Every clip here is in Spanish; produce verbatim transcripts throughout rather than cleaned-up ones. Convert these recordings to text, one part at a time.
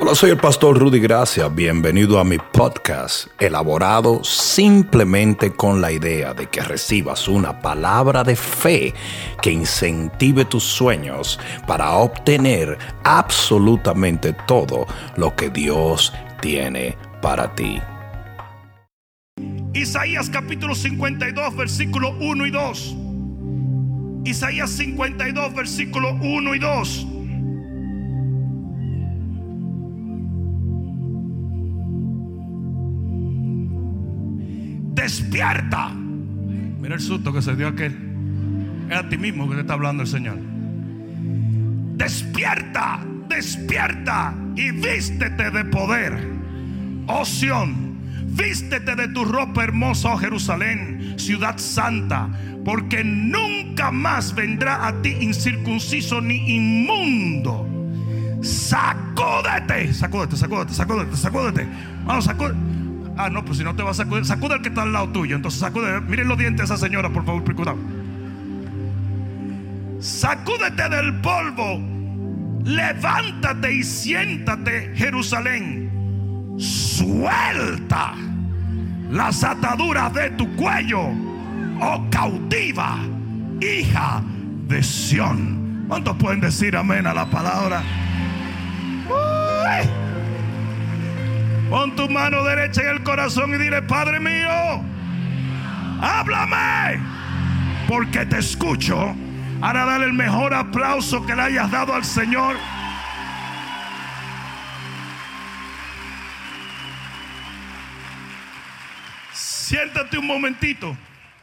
Hola, soy el pastor Rudy Gracia. Bienvenido a mi podcast, elaborado simplemente con la idea de que recibas una palabra de fe que incentive tus sueños para obtener absolutamente todo lo que Dios tiene para ti. Isaías capítulo cincuenta y dos, versículos uno y dos. Isaías cincuenta y dos, versículos uno y dos. Despierta. Mira el susto que se dio aquel. Es a ti mismo que te está hablando el Señor. Despierta, despierta y vístete de poder, oh Sión. Vístete de tu ropa hermosa, oh Jerusalén, ciudad santa, porque nunca más vendrá a ti incircunciso ni inmundo. Sacúdete, sacúdete, sacúdete, sacúdete, sacúdete. Vamos, sacúdete. Ah, no, pues si no te vas a sacudir, sacude al que está al lado tuyo. Entonces sacude, miren los dientes de esa señora, por favor, cuidado. Sacúdete del polvo, levántate y siéntate, Jerusalén. Suelta las ataduras de tu cuello, oh cautiva, hija de Sión. ¿Cuántos pueden decir amén a la palabra? Uy. Pon tu mano derecha en el corazón y dile: Padre mío, háblame, porque te escucho. Ahora dale el mejor aplauso que le hayas dado al Señor. Siéntate un momentito.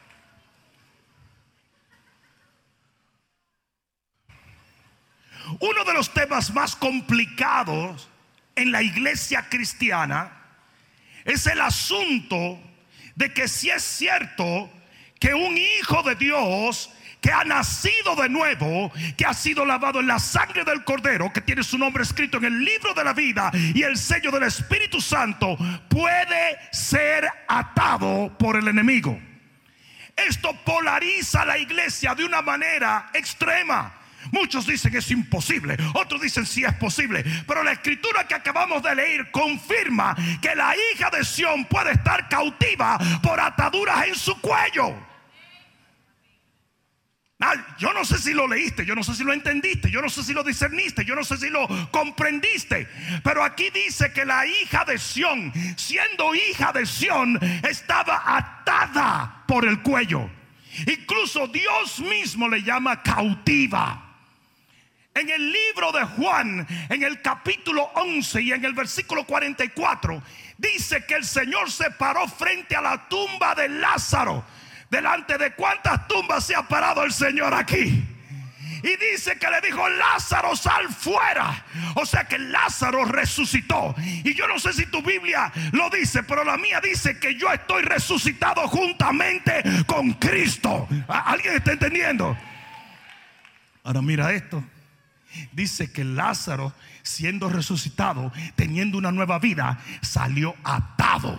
Uno de los temas más complicados en la iglesia cristiana es el asunto de que si es cierto que un hijo de Dios que ha nacido de nuevo, que ha sido lavado en la sangre del Cordero, que tiene su nombre escrito en el libro de la vida y el sello del Espíritu Santo, puede ser atado por el enemigo. Esto polariza a la iglesia de una manera extrema. Muchos dicen es imposible, otros dicen sí es posible, pero la escritura que acabamos de leer confirma que la hija de Sión puede estar cautiva por ataduras en su cuello. Ah, yo no sé si lo leíste, yo no sé si lo entendiste, yo no sé si lo discerniste, yo no sé si lo comprendiste, pero aquí dice que la hija de Sión, siendo hija de Sión, estaba atada por el cuello. Incluso Dios mismo le llama cautiva. En el libro de Juan, en el capítulo once y en el versículo cuarenta y cuatro, dice que el Señor se paró frente a la tumba de Lázaro. ¿Delante de cuántas tumbas se ha parado el Señor aquí? Y dice que le dijo: Lázaro, sal fuera. O sea que Lázaro resucitó. Y yo no sé si tu Biblia lo dice, pero la mía dice que yo estoy resucitado juntamente con Cristo. ¿Alguien está entendiendo? Ahora mira esto. Dice que Lázaro, siendo resucitado, teniendo una nueva vida, salió atado.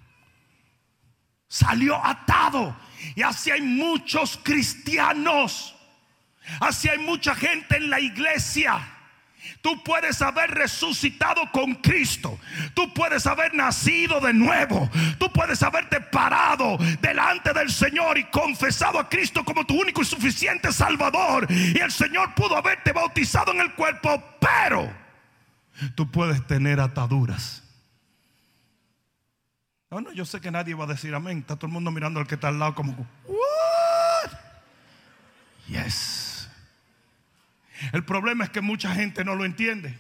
Salió atado. Y así hay muchos cristianos. Así hay mucha gente en la iglesia. Tú puedes haber resucitado con Cristo. Tú puedes haber nacido de nuevo. Tú puedes haberte parado delante del Señor y confesado a Cristo como tu único y suficiente Salvador. Y el Señor pudo haberte bautizado en el cuerpo. Pero tú puedes tener ataduras. No, no, yo sé que nadie va a decir amén. Está todo el mundo mirando al que está al lado como ¿what? Yes. El problema es que mucha gente no lo entiende.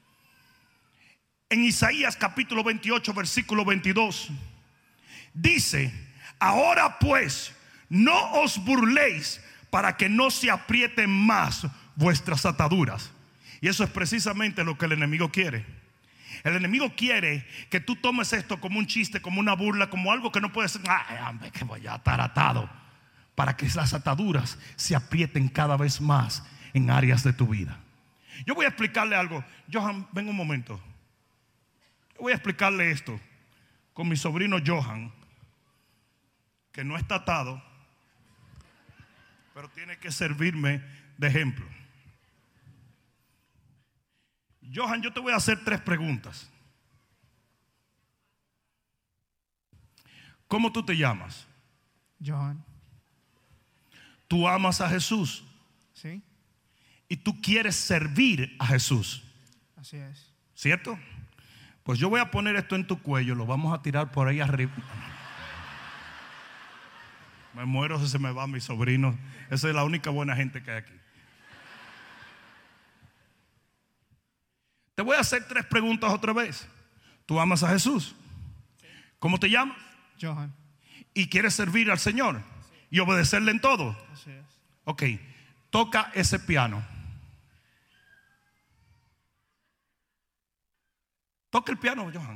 En Isaías capítulo veintiocho, versículo veintidós, dice: ahora pues, no os burléis, para que no se aprieten más vuestras ataduras. Y eso es precisamente lo que el enemigo quiere. El enemigo quiere que tú tomes esto como un chiste, como una burla, como algo que no puede ser. Ay, hombre, que voy a estar atado. Para que las ataduras se aprieten cada vez más en áreas de tu vida. Yo voy a explicarle algo. Johan, ven un momento. Yo voy a explicarle esto con mi sobrino Johan, que no está atado, pero tiene que servirme de ejemplo. Johan, yo te voy a hacer tres preguntas. ¿Cómo tú te llamas? Johan. Tú amas a Jesús. Sí. Y tú quieres servir a Jesús. Así es. ¿Cierto? Pues yo voy a poner esto en tu cuello. Lo vamos a tirar por ahí arriba. Me muero si se me va mi sobrino. Esa es la única buena gente que hay aquí. Te voy a hacer tres preguntas otra vez. ¿Tú amas a Jesús? ¿Cómo te llamas? Johan. ¿Y quieres servir al Señor? ¿Y obedecerle en todo? Así es. Ok, toca ese piano. Toca el piano, Johan.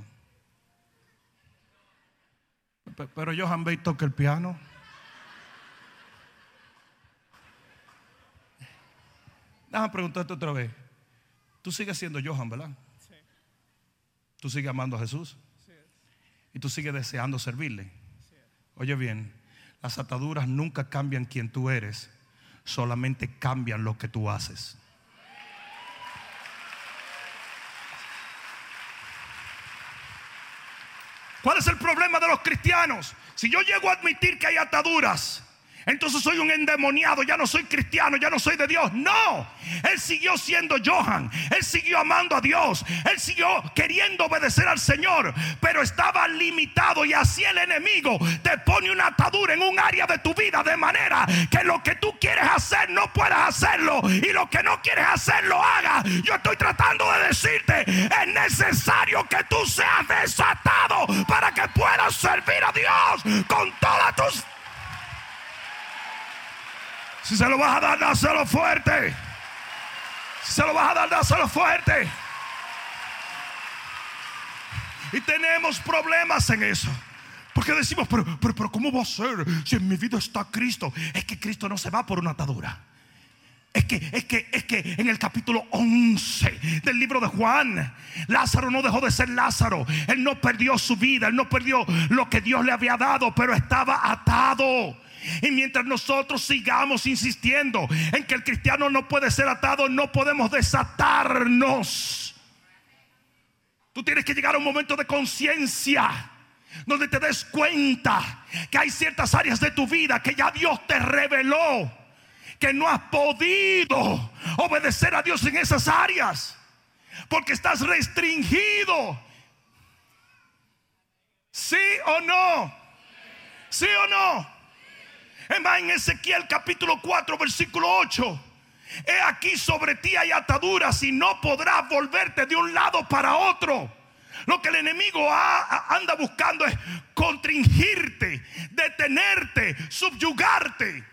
Pero Johan, ve y toca el piano. Déjame preguntarte otra vez. Tú sigues siendo Johan, ¿verdad? Sí. Tú sigues amando a Jesús. Sí. Y tú sigues deseando servirle. Sí. Oye bien, las ataduras nunca cambian quien tú eres, solamente cambian lo que tú haces. ¿Cuál es el problema de los cristianos? Si yo llego a admitir que hay ataduras, entonces soy un endemoniado, ya no soy cristiano, ya no soy de Dios. No, él siguió siendo Johan, él siguió amando a Dios, él siguió queriendo obedecer al Señor, pero estaba limitado. Y así el enemigo te pone una atadura en un área de tu vida, de manera que lo que tú quieres hacer no puedas hacerlo, y lo que no quieres hacer lo hagas. Yo estoy tratando de decirte, es necesario que tú seas desatado para que puedas servir a Dios con todas tus... Si se lo vas a dar, dáselo fuerte. Si se lo vas a dar, dáselo fuerte. Y tenemos problemas en eso. Porque decimos, pero, pero, pero ¿cómo va a ser si en mi vida está Cristo? Es que Cristo no se va por una atadura. Es que, es que, es que en el capítulo once del libro de Juan, Lázaro no dejó de ser Lázaro. Él no perdió su vida, él no perdió lo que Dios le había dado, pero estaba atado. Y mientras nosotros sigamos insistiendo en que el cristiano no puede ser atado, no podemos desatarnos. Tú tienes que llegar a un momento de conciencia donde te des cuenta que hay ciertas áreas de tu vida que ya Dios te reveló, que no has podido obedecer a Dios en esas áreas porque estás restringido. ¿Sí o no? ¿Sí o no? Es más, en Ezequiel capítulo cuatro versículo ocho: he aquí sobre ti hay ataduras y no podrás volverte de un lado para otro. Lo que el enemigo ha, anda buscando es constringirte, detenerte, subyugarte.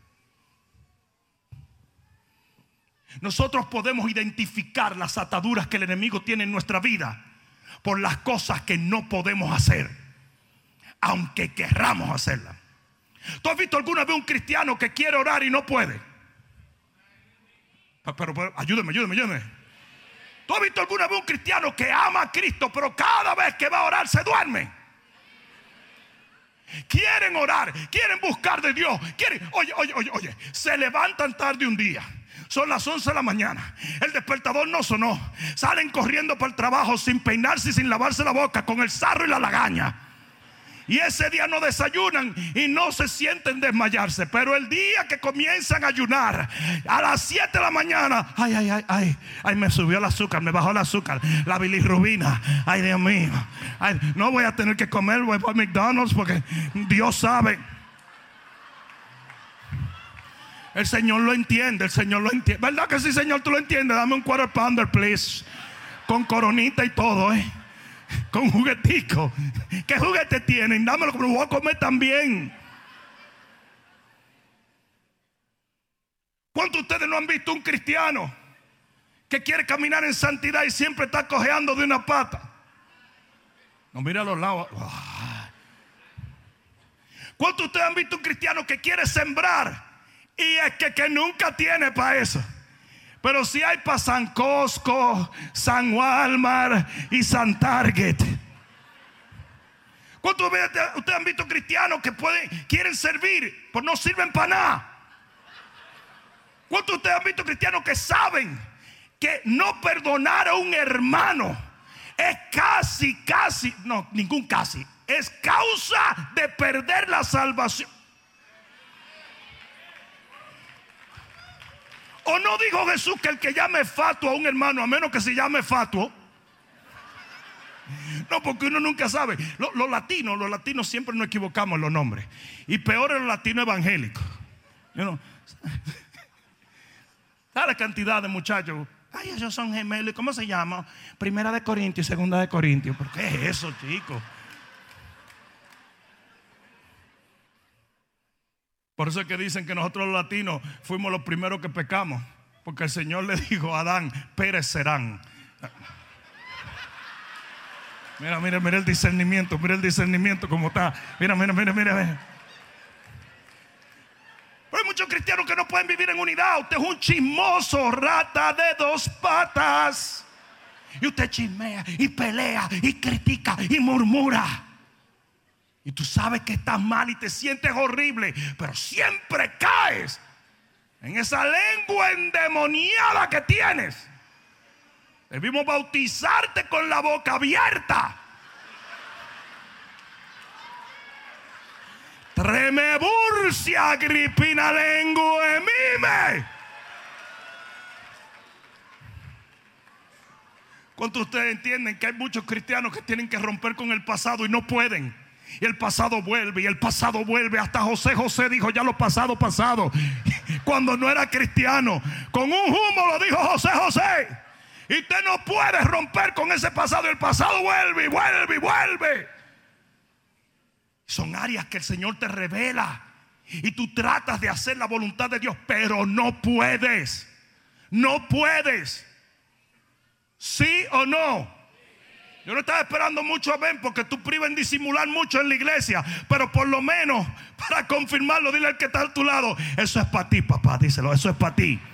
Nosotros podemos identificar las ataduras que el enemigo tiene en nuestra vida por las cosas que no podemos hacer, aunque querramos hacerlas. ¿Tú has visto alguna vez un cristiano que quiere orar y no puede? Pero, pero ayúdeme, ayúdeme, ayúdeme. ¿Tú has visto alguna vez un cristiano que ama a Cristo, pero cada vez que va a orar se duerme? Quieren orar, quieren buscar de Dios, quieren, oye, oye, oye, oye, se levantan tarde un día. Son las once de la mañana, el despertador no sonó, salen corriendo para el trabajo sin peinarse y sin lavarse la boca, con el sarro y la lagaña. Y ese día no desayunan y no se sienten desmayarse. Pero el día que comienzan a ayunar, a las siete de la mañana, ay, ay, ay, ay, ay, me subió el azúcar, me bajó el azúcar, la bilirrubina, ay, Dios mío, ay, no voy a tener que comer, voy por McDonald's porque Dios sabe. El Señor lo entiende, el Señor lo entiende. ¿Verdad que sí, Señor? Tú lo entiendes. Dame un quarter pounder, please, con coronita y todo, eh con juguetico. ¿Qué juguete tienen? Dámelo, que lo voy a comer también. ¿Cuántos de ustedes no han visto un cristiano que quiere caminar en santidad y siempre está cojeando de una pata? No, mira a los lados. ¿Cuántos de ustedes han visto un cristiano que quiere sembrar y es que, que nunca tiene para eso? Pero si hay para San Costco, San Walmart y San Target. ¿Cuántos de ustedes han visto cristianos que pueden, quieren servir, pero no sirven para nada? ¿Cuántos de ustedes han visto cristianos que saben que no perdonar a un hermano es casi, casi, no, ningún casi, es causa de perder la salvación. ¿O no dijo Jesús que el que llame fatuo a un hermano, a menos que se llame fatuo? No, porque uno nunca sabe. Los, los latinos, los latinos siempre nos equivocamos en los nombres. Y peor en los latinos evangélicos. You know, ¿sabes la cantidad de muchachos? Ay, ellos son gemelos. ¿Cómo se llama? Primera de Corintios y segunda de Corintios. ¿Pero qué es eso, chicos? Por eso es que dicen que nosotros los latinos fuimos los primeros que pecamos, porque el Señor le dijo a Adán: perecerán. Mira, mira, mira el discernimiento, mira el discernimiento como está. Mira, mira, mira, mira, mira. Pero hay muchos cristianos que no pueden vivir en unidad. Usted es un chismoso, rata de dos patas. Y usted chismea y pelea y critica y murmura. Y tú sabes que estás mal y te sientes horrible, pero siempre caes en esa lengua endemoniada que tienes. Debimos bautizarte con la boca abierta. Tremeburcia agripina lengua mime. ¿Cuántos de ustedes entienden que hay muchos cristianos que tienen que romper con el pasado y no pueden? Y el pasado vuelve, y el pasado vuelve. Hasta José José dijo: ya lo pasado, pasado. Cuando no era cristiano, con un humo lo dijo José José. Y usted no puede romper con ese pasado. El pasado vuelve y vuelve y vuelve. Son áreas que el Señor te revela y tú tratas de hacer la voluntad de Dios, pero no puedes. No puedes. ¿Sí o no? Yo no estaba esperando mucho a Ben, porque tú privas en disimular mucho en la iglesia. Pero por lo menos, para confirmarlo, dile al que está a tu lado: eso es para ti, papá, díselo, eso es para ti.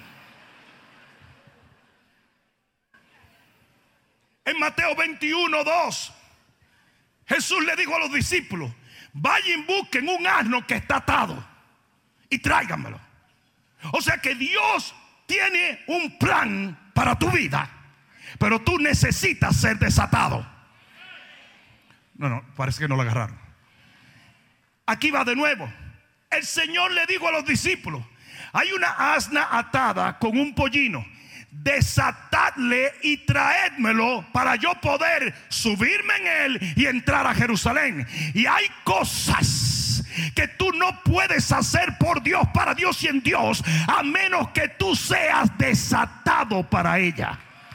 En Mateo veintiuno, dos, Jesús le dijo a los discípulos: vayan y busquen un asno que está atado y tráiganmelo. O sea que Dios tiene un plan para tu vida, pero tú necesitas ser desatado. No, no, parece que no lo agarraron. Aquí va de nuevo. El Señor le dijo a los discípulos: hay una asna atada con un pollino, desatadle y traédmelo para yo poder subirme en él y entrar a Jerusalén. Y hay cosas que tú no puedes hacer por Dios, para Dios y en Dios, a menos que tú seas desatado para ella.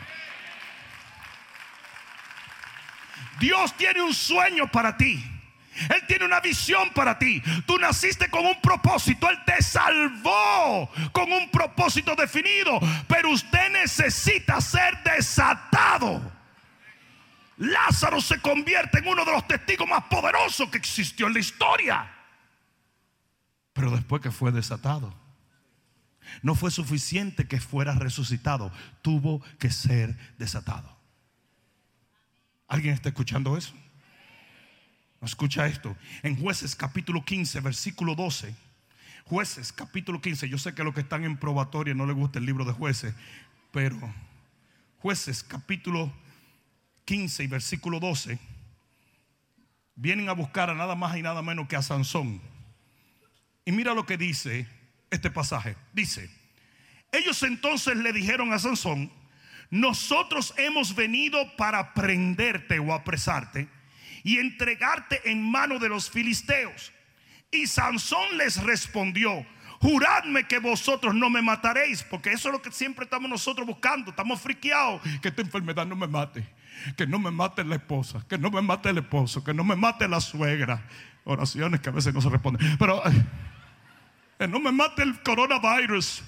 Dios tiene un sueño para ti. Él tiene una visión para ti. Tú naciste con un propósito. Él te salvó con un propósito definido, pero usted necesita ser desatado. Lázaro se convierte en uno de los testigos más poderosos que existió en la historia. Pero después que fue desatado, no fue suficiente que fuera resucitado. Tuvo que ser desatado. ¿Alguien está escuchando eso? Escucha esto. En Jueces capítulo quince, versículo doce. Jueces capítulo quince. Yo sé que a los que están en probatoria no les gusta el libro de Jueces, pero Jueces capítulo quince y versículo doce. Vienen a buscar a nada más y nada menos que a Sansón. Y mira lo que dice este pasaje. Dice: ellos entonces le dijeron a Sansón: nosotros hemos venido para prenderte o apresarte y entregarte en mano de los filisteos. Y Sansón les respondió: juradme que vosotros no me mataréis. Porque eso es lo que siempre estamos nosotros buscando. Estamos friqueados. Que esta enfermedad no me mate, que no me mate la esposa, que no me mate el esposo, que no me mate la suegra. Oraciones que a veces no se responden. Pero que no me mate el coronavirus.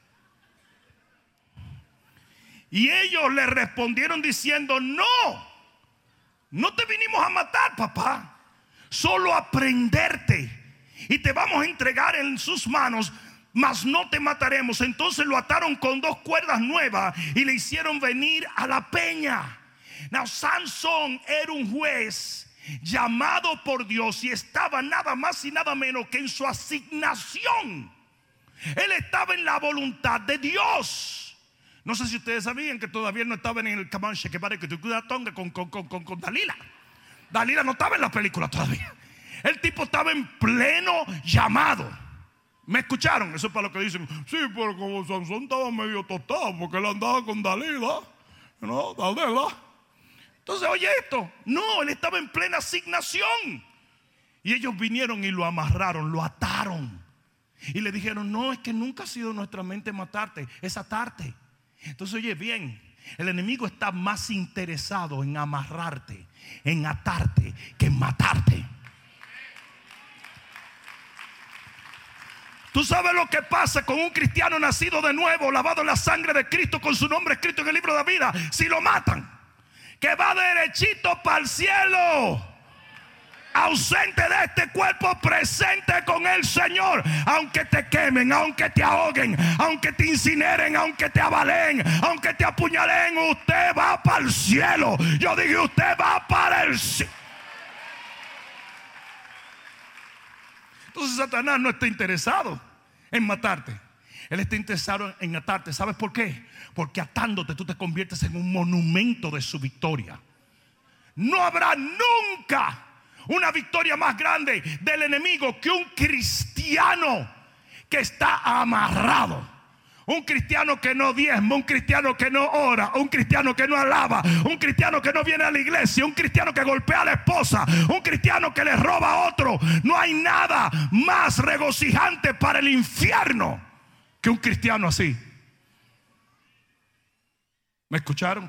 Y ellos le respondieron diciendo: no, no te vinimos a matar, papá, solo a prenderte, y te vamos a entregar en sus manos, mas no te mataremos. Entonces lo ataron con dos cuerdas nuevas y le hicieron venir a la peña. Now, Sansón era un juez llamado por Dios y estaba nada más y nada menos que en su asignación. Él estaba en la voluntad de Dios. No sé si ustedes sabían que todavía no estaban en el Comanche que pare que tú tonga con, con, con, con, con Dalila. Dalila no estaba en la película todavía. El tipo estaba en pleno llamado. ¿Me escucharon? Eso es para lo que dicen. Sí, pero como Sansón estaba medio tostado porque él andaba con Dalila. No, Dalila. Entonces, oye esto. No, él estaba en plena asignación. Y ellos vinieron y lo amarraron, lo ataron. Y le dijeron, no, es que nunca ha sido nuestra mente matarte, es atarte. Entonces, oye bien, el enemigo está más interesado en amarrarte, en atarte, que en matarte. Tú sabes lo que pasa con un cristiano nacido de nuevo, lavado en la sangre de Cristo, con su nombre escrito en el libro de la vida. Si lo matan, que va derechito para el cielo, ausente de este cuerpo, presente con el Señor. Aunque te quemen, aunque te ahoguen, aunque te incineren, aunque te avalen, aunque te apuñalen, usted va para el cielo. Yo dije, usted va para el cielo. Entonces Satanás no está interesado en matarte. Él está interesado en atarte. ¿Sabes por qué? Porque atándote tú te conviertes en un monumento de su victoria. No habrá nunca una victoria más grande del enemigo que un cristiano que está amarrado. Un cristiano que no diezma, un cristiano que no ora, un cristiano que no alaba, un cristiano que no viene a la iglesia, un cristiano que golpea a la esposa, un cristiano que le roba a otro. No hay nada más regocijante para el infierno que un cristiano así. ¿Me escucharon?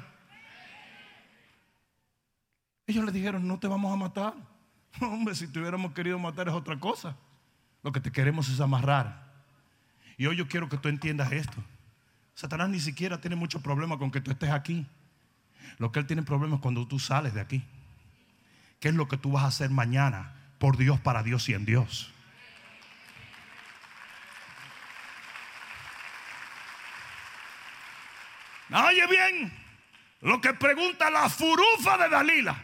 Ellos le dijeron, no te vamos a matar. Hombre, si te hubiéramos querido matar es otra cosa. Lo que te queremos es amarrar. Y hoy yo quiero que tú entiendas esto. Satanás ni siquiera tiene mucho problema con que tú estés aquí. Lo que él tiene problema es cuando tú sales de aquí. ¿Qué es lo que tú vas a hacer mañana? Por Dios, para Dios y en Dios. Oye bien lo que pregunta la furufa de Dalila.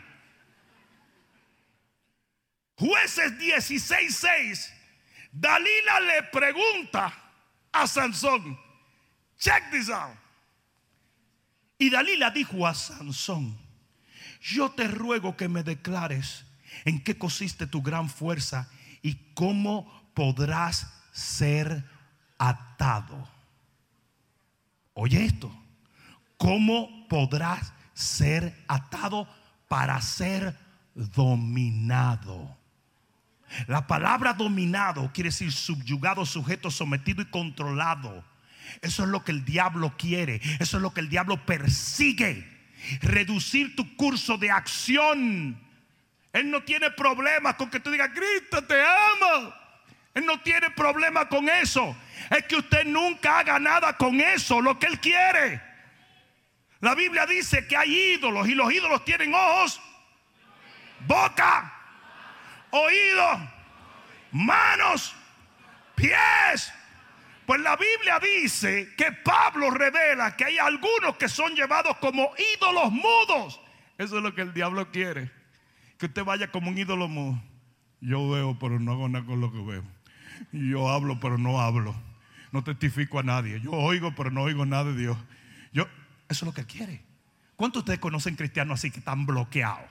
Jueces dieciséis seis. Dalila le pregunta a Sansón, check this out. Y Dalila dijo a Sansón, yo te ruego que me declares en qué consiste tu gran fuerza y cómo podrás ser atado. Oye esto, ¿cómo podrás ser atado para ser dominado? La palabra dominado quiere decir subyugado, sujeto, sometido y controlado. Eso es lo que el diablo quiere. Eso es lo que el diablo persigue. Reducir tu curso de acción. Él no tiene problema con que tú digas, Cristo te ama. Él no tiene problema con eso. Es que usted nunca haga nada con eso, lo que él quiere. La Biblia dice que hay ídolos y los ídolos tienen ojos, boca, oídos, manos, pies. Pues la Biblia dice que Pablo revela que hay algunos que son llevados como ídolos mudos. Eso es lo que el diablo quiere, que usted vaya como un ídolo mudo. Yo veo pero no hago nada con lo que veo. Yo hablo pero no hablo. No testifico a nadie. Yo oigo pero no oigo nada de Dios. Yo, eso es lo que él quiere. ¿Cuántos de ustedes conocen cristianos así que están bloqueados?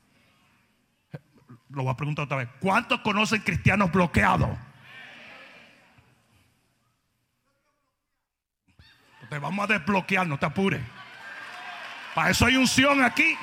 Lo voy a preguntar otra vez. ¿Cuántos conocen cristianos bloqueados? Te vamos a desbloquear, no te apures. Para eso hay unción aquí.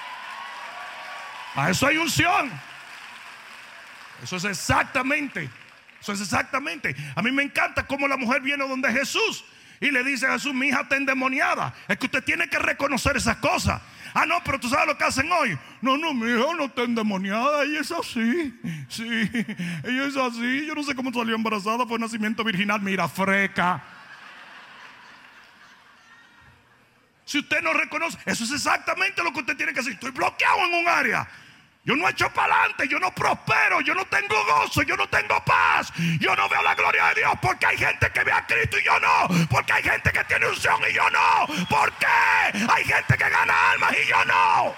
Para eso hay unción. Eso es exactamente. Eso es exactamente. A mí me encanta cómo la mujer viene donde Jesús y le dice a Jesús, mi hija está endemoniada. Es que usted tiene que reconocer esas cosas. Ah, no, pero tú sabes lo que hacen hoy. No, no, mi hija no está endemoniada. Ella es así. Sí, ella es así. Yo no sé cómo salió embarazada. Fue nacimiento virginal. Mira, freca. Si usted no reconoce, eso es exactamente lo que usted tiene que hacer. Estoy bloqueado en un área. Yo no echo para adelante, yo no prospero, yo no tengo gozo, yo no tengo paz, yo no veo la gloria de Dios porque hay gente que ve a Cristo y yo no, porque hay gente que tiene unción y yo no, ¿por qué? Hay gente que gana almas y yo no.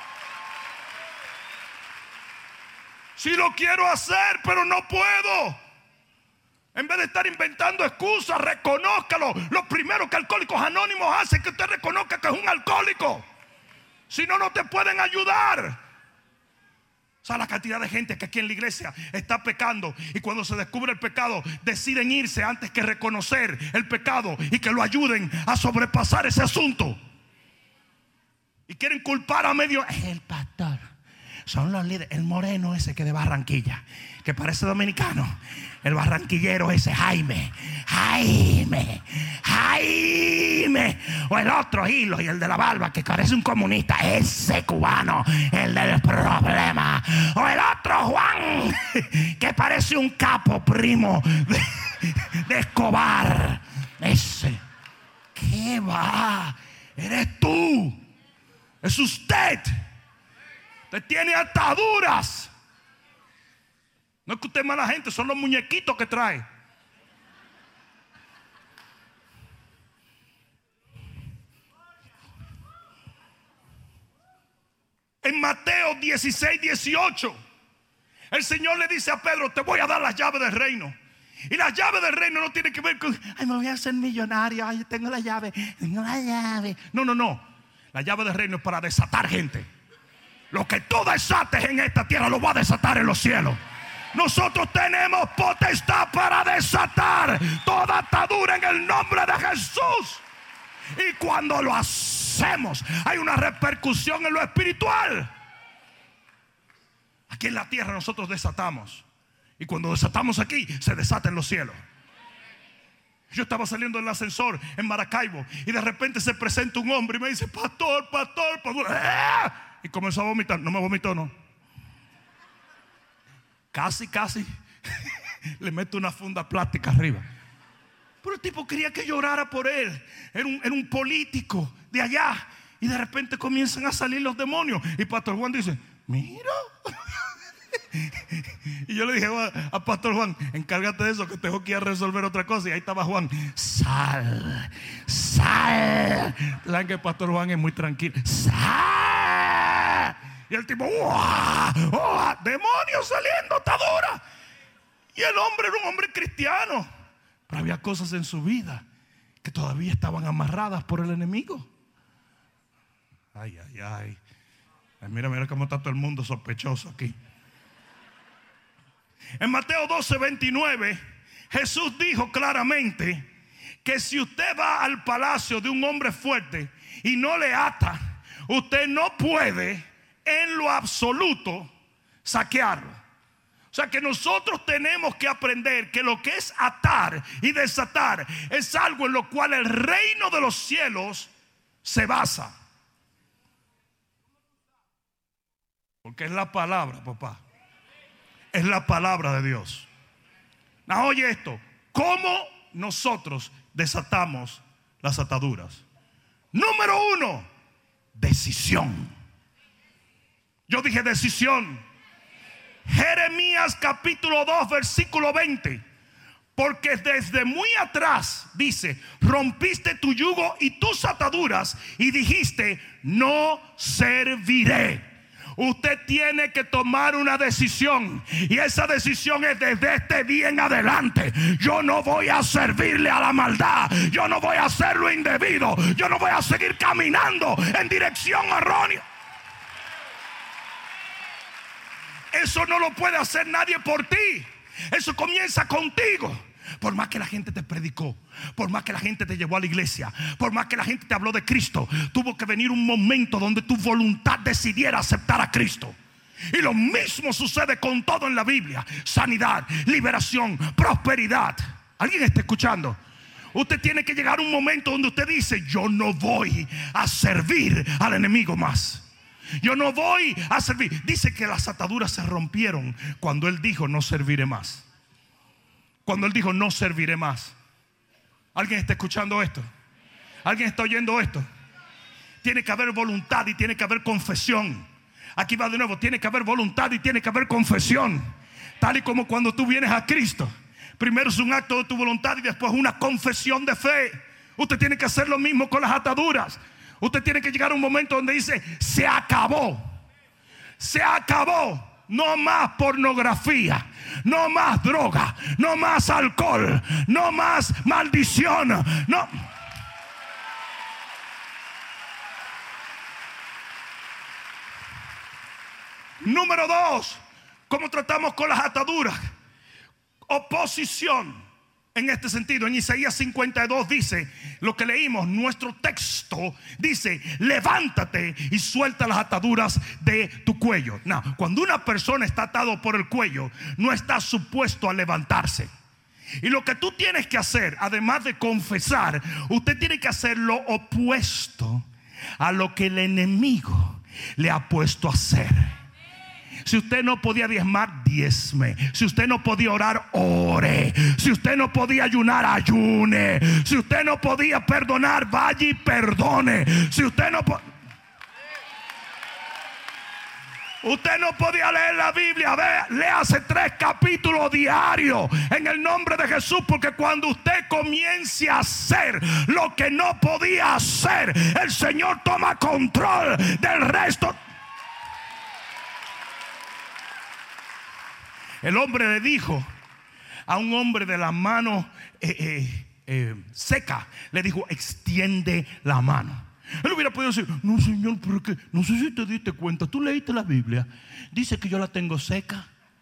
Si lo quiero hacer, pero no puedo. En vez de estar inventando excusas, reconózcalo. Lo primero que Alcohólicos Anónimos hace es que usted reconozca que es un alcohólico. Si no, no te pueden ayudar. O sea, la cantidad de gente que aquí en la iglesia está pecando, y cuando se descubre el pecado deciden irse antes que reconocer el pecado y que lo ayuden a sobrepasar ese asunto. Y quieren culpar a medio. Es el pastor, son los líderes. El moreno ese que de Barranquilla, que parece dominicano. El barranquillero ese, Jaime, Jaime, Jaime. O el otro Hilo, y el de la barba que parece un comunista, ese cubano, el del problema. O el otro Juan, que parece un capo primo de, de Escobar. Ese. ¿Qué va? Eres tú. Es usted. Usted tiene ataduras. No es que usted es mala gente, son los muñequitos que trae. En Mateo dieciséis, dieciocho, el Señor le dice a Pedro: te voy a dar las llaves del reino. Y las llaves del reino no tienen que ver con, ay, me voy a hacer millonario, ay, tengo la llave, tengo la llave. No, no, no. La llave del reino es para desatar gente. Lo que tú desates en esta tierra lo va a desatar en los cielos. Nosotros tenemos potestad para desatar toda atadura en el nombre de Jesús. Y cuando lo hacemos, hay una repercusión en lo espiritual. Aquí en la tierra nosotros desatamos, y cuando desatamos aquí, se desata en los cielos. Yo estaba saliendo del ascensor en Maracaibo, y de repente se presenta un hombre y me dice: pastor, pastor, pastor. ¡Ah! Y comenzó a vomitar. No me vomitó, no. Casi, casi le meto una funda plástica arriba. Pero el tipo quería que llorara por él. Era un, era un político de allá. Y de repente comienzan a salir los demonios. Y Pastor Juan dice: mira. Y yo le dije a Pastor Juan: encárgate de eso, que tengo que ir a resolver otra cosa. Y ahí estaba Juan: sal, sal. Saben que Pastor Juan es muy tranquilo. Sal. Y el tipo: ¡uah! ¡uah! Demonios saliendo, atadura. Y el hombre era un hombre cristiano, pero había cosas en su vida que todavía estaban amarradas por el enemigo. Ay, ay, ay. Ay, mira, mira cómo está todo el mundo sospechoso aquí. En Mateo doce, veintinueve, Jesús dijo claramente que si usted va al palacio de un hombre fuerte y no le ata, usted no puede en lo absoluto saquearlo. O sea que nosotros tenemos que aprender que lo que es atar y desatar es algo en lo cual el reino de los cielos se basa. Porque es la palabra, papá. Es la palabra de Dios. Now, oye esto: ¿cómo nosotros desatamos las ataduras? Número uno, decisión. Yo dije decisión. Jeremías capítulo dos, versículo veinte. Porque desde muy atrás, dice, rompiste tu yugo y tus ataduras y dijiste: no serviré. Usted tiene que tomar una decisión, y esa decisión es: desde este día en adelante yo no voy a servirle a la maldad, yo no voy a hacer lo indebido, yo no voy a seguir caminando en dirección errónea. Eso no lo puede hacer nadie por ti. Eso comienza contigo. Por más que la gente te predicó, por más que la gente te llevó a la iglesia, por más que la gente te habló de Cristo, tuvo que venir un momento donde tu voluntad decidiera aceptar a Cristo. Y lo mismo sucede con todo en la Biblia: sanidad, liberación, prosperidad. ¿Alguien está escuchando? Usted tiene que llegar a un momento donde usted dice: yo no voy a servir al enemigo más. Yo no voy a servir. Dice que las ataduras se rompieron cuando él dijo: no serviré más. Cuando él dijo: no serviré más. ¿Alguien está escuchando esto? ¿Alguien está oyendo esto? Tiene que haber voluntad y tiene que haber confesión. Aquí va de nuevo: tiene que haber voluntad y tiene que haber confesión. Tal y como cuando tú vienes a Cristo, primero es un acto de tu voluntad y después una confesión de fe. Usted tiene que hacer lo mismo con las ataduras. Usted tiene que llegar a un momento donde dice: se acabó, se acabó. No más pornografía, no más droga, no más alcohol, no más maldición, no. Número dos, ¿cómo tratamos con las ataduras? Oposición. En este sentido, en Isaías cincuenta y dos dice lo que leímos, nuestro texto dice: levántate y suelta las ataduras de tu cuello. No, cuando una persona está atado por el cuello, no está supuesto a levantarse. Y lo que tú tienes que hacer, además de confesar, usted tiene que hacer lo opuesto a lo que el enemigo le ha puesto a hacer. Si usted no podía diezmar, diezme. Si usted no podía orar, ore. Si usted no podía ayunar, ayune. Si usted no podía perdonar, vaya y perdone. Si usted no po- Usted no podía leer la Biblia, vea, léase tres capítulos diarios en el nombre de Jesús, porque cuando usted comience a hacer lo que no podía hacer, el Señor toma control del resto. El hombre le dijo a un hombre de la mano eh, eh, eh, seca, le dijo: extiende la mano. Él hubiera podido decir: no, señor, porque no sé si te diste cuenta, tú leíste la Biblia, dice que yo la tengo seca.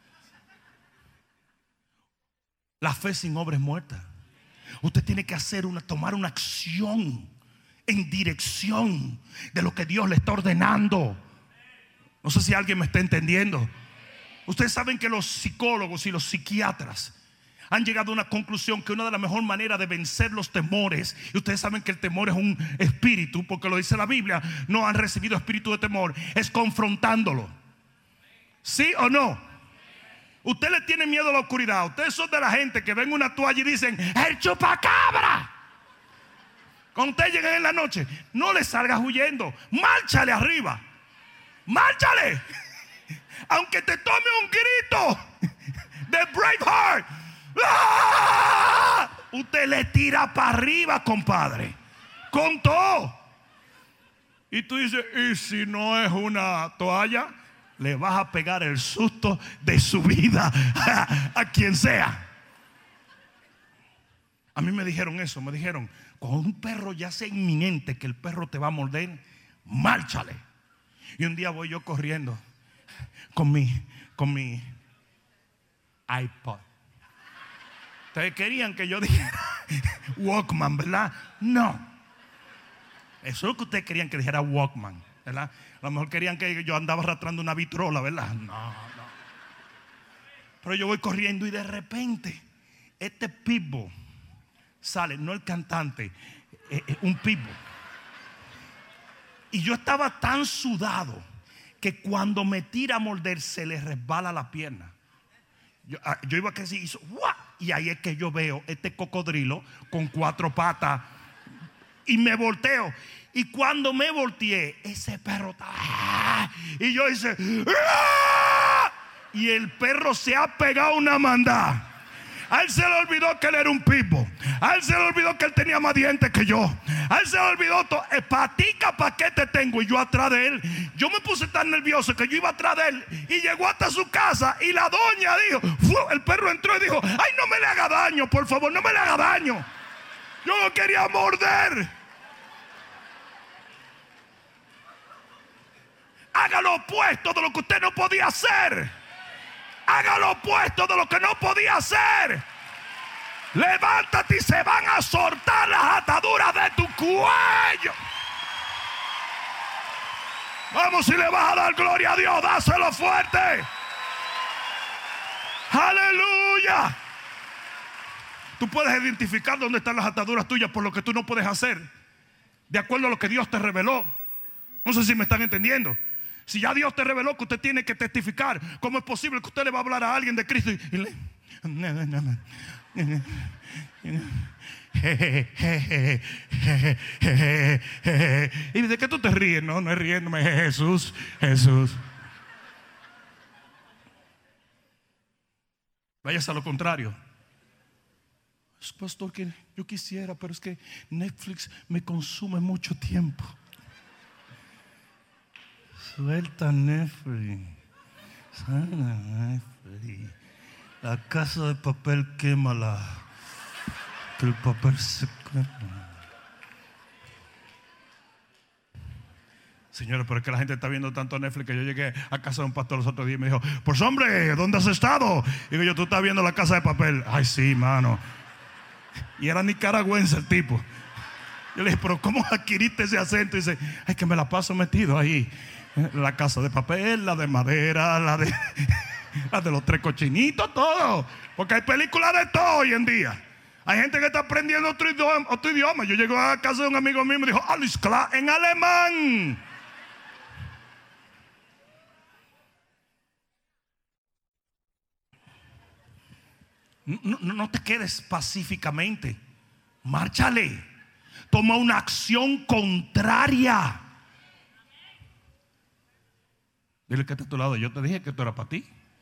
La fe sin obra es muerta. Usted tiene que hacer una, tomar una acción en dirección de lo que Dios le está ordenando. No sé si alguien me está entendiendo. Ustedes saben que los psicólogos y los psiquiatras han llegado a una conclusión que una de las mejores maneras de vencer los temores, y ustedes saben que el temor es un espíritu, porque lo dice la Biblia, no han recibido espíritu de temor, es confrontándolo. ¿Sí o no? Usted le tiene miedo a la oscuridad. Ustedes son de la gente que ven una toalla y dicen: el chupacabra. Cuando ustedes llegan en la noche, no le salgas huyendo, márchale arriba, márchale. Aunque te tome un grito de Braveheart, ¡ah!, usted le tira para arriba, compadre, con todo. Y tú dices: y si no es una toalla, le vas a pegar el susto de su vida a quien sea. A mí me dijeron eso, me dijeron: cuando un perro ya sea inminente que el perro te va a morder, márchale. Y un día voy yo corriendo con mi, con mi iPod. Ustedes querían que yo dijera Walkman, ¿verdad? No. Eso es lo que ustedes querían que dijera Walkman, ¿verdad? A lo mejor querían que yo andaba arrastrando una vitrola, ¿verdad? No, no. Pero yo voy corriendo y de repente este pitbull sale, no el cantante, eh, eh, un pitbull. Y yo estaba tan sudado que cuando me tira a morder se le resbala la pierna. Yo, yo iba a que sí, hizo ¡guau! Y ahí es que yo veo este cocodrilo con cuatro patas y me volteo. Y cuando me volteé, ese perro está, y yo hice ¡ah! Y el perro se ha pegado una mandada. A él se le olvidó que él era un pitbull. A él se le olvidó que él tenía más dientes que yo. A él se le olvidó todo. Patica, ¿para qué te tengo? Y yo atrás de él. Yo me puse tan nervioso que yo iba atrás de él. Y llegó hasta su casa. Y la doña dijo, ¡fu! El perro entró y dijo: ay, no me le haga daño, por favor, no me le haga daño. Yo no quería morder. Haga lo opuesto de lo que usted no podía hacer. Haga lo opuesto de lo que no podía hacer. Levántate y se van a soltar las ataduras de tu cuello. Vamos, si le vas a dar gloria a Dios, dáselo fuerte. Aleluya. Tú puedes identificar dónde están las ataduras tuyas por lo que tú no puedes hacer, de acuerdo a lo que Dios te reveló. No sé si me están entendiendo. Si ya Dios te reveló que usted tiene que testificar, ¿cómo es posible que usted le va a hablar a alguien de Cristo y, y le... ¿Y de qué tú te ríes? No, no es riéndome. Jesús, Jesús. Vayas a lo contrario. Pastor, que yo quisiera, pero es que Netflix me consume mucho tiempo. Suelta Netflix. La Casa de Papel, quémala. Que el papel se quema. Señores, pero es que la gente está viendo tanto Netflix que yo llegué a casa de un pastor los otros días y me dijo: pues hombre, ¿dónde has estado? Y digo yo: tú estás viendo La Casa de Papel. Ay, sí, mano. Y era nicaragüense el tipo. Yo le dije: pero ¿cómo adquiriste ese acento? Y dice: ay, que me la paso metido ahí. La Casa de Papel, la de madera, la de, la de los tres cochinitos, todo. Porque hay películas de todo hoy en día. Hay gente que está aprendiendo otro idioma, otro idioma. Yo llego a casa de un amigo mío y me dijo: alles klar, en alemán. No, no, no te quedes pacíficamente. Márchale. Toma una acción contraria. Dile que está a tu lado: yo te dije que esto era para ti.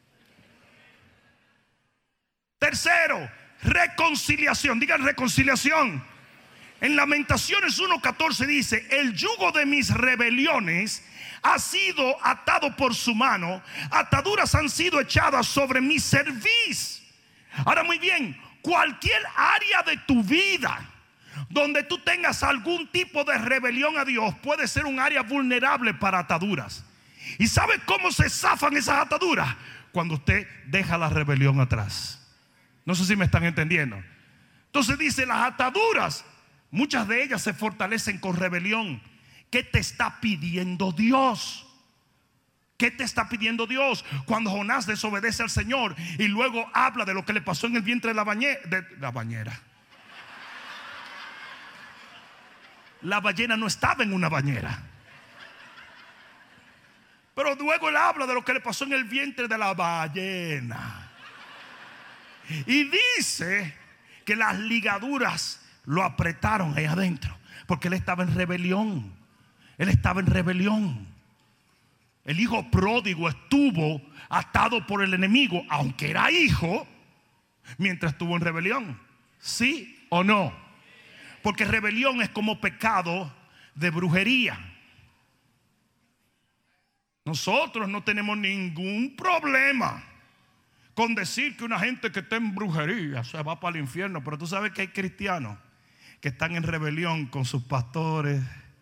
Tercero, reconciliación. Digan reconciliación. En Lamentaciones uno catorce dice: el yugo de mis rebeliones ha sido atado por su mano, ataduras han sido echadas sobre mi cerviz. Ahora, muy bien, cualquier área de tu vida donde tú tengas algún tipo de rebelión a Dios puede ser un área vulnerable para ataduras. ¿Y sabe cómo se zafan esas ataduras? Cuando usted deja la rebelión atrás. No sé si me están entendiendo. Entonces dice: las ataduras, muchas de ellas se fortalecen con rebelión. ¿Qué te está pidiendo Dios? ¿Qué te está pidiendo Dios? Cuando Jonás desobedece al Señor y luego habla de lo que le pasó en el vientre de la bañera, de la bañera. La ballena no estaba en una bañera. Pero luego él habla de lo que le pasó en el vientre de la ballena. Y dice que las ligaduras lo apretaron ahí adentro, porque él estaba en rebelión. Él estaba en rebelión. El hijo pródigo estuvo atado por el enemigo, aunque era hijo, mientras estuvo en rebelión. ¿Sí o no? Porque rebelión es como pecado de brujería. Nosotros no tenemos ningún problema con decir que una gente que está en brujería se va para el infierno. Pero tú sabes que hay cristianos que están en rebelión con sus pastores.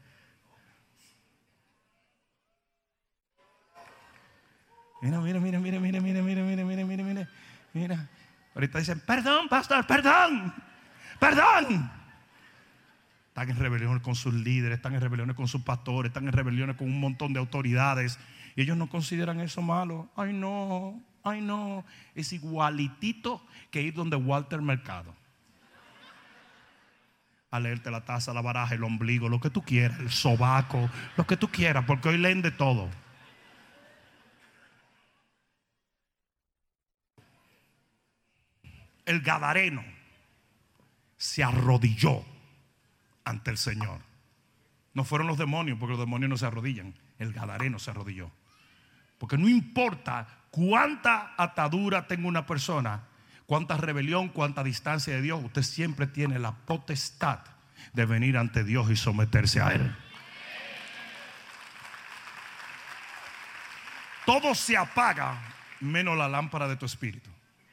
Mira, mira, mira, mira, mira, mira, mira, mira, mira, mira, mira, mira. Ahorita dicen: perdón, pastor, perdón, perdón. Están en rebelión con sus líderes, están en rebeliones con sus pastores, están en rebeliones con un montón de autoridades. Y ellos no consideran eso malo. Ay, no, ay, no. Es igualitito que ir donde Walter Mercado a leerte la taza, la baraja, el ombligo, lo que tú quieras, el sobaco, lo que tú quieras, porque hoy leen de todo. El gadareno se arrodilló ante el Señor. No fueron los demonios, porque los demonios no se arrodillan. El gadareno se arrodilló. Porque no importa cuánta atadura tenga una persona, cuánta rebelión, cuánta distancia de Dios, usted siempre tiene la potestad de venir ante Dios y someterse a Él. Todo se apaga menos la lámpara de tu espíritu.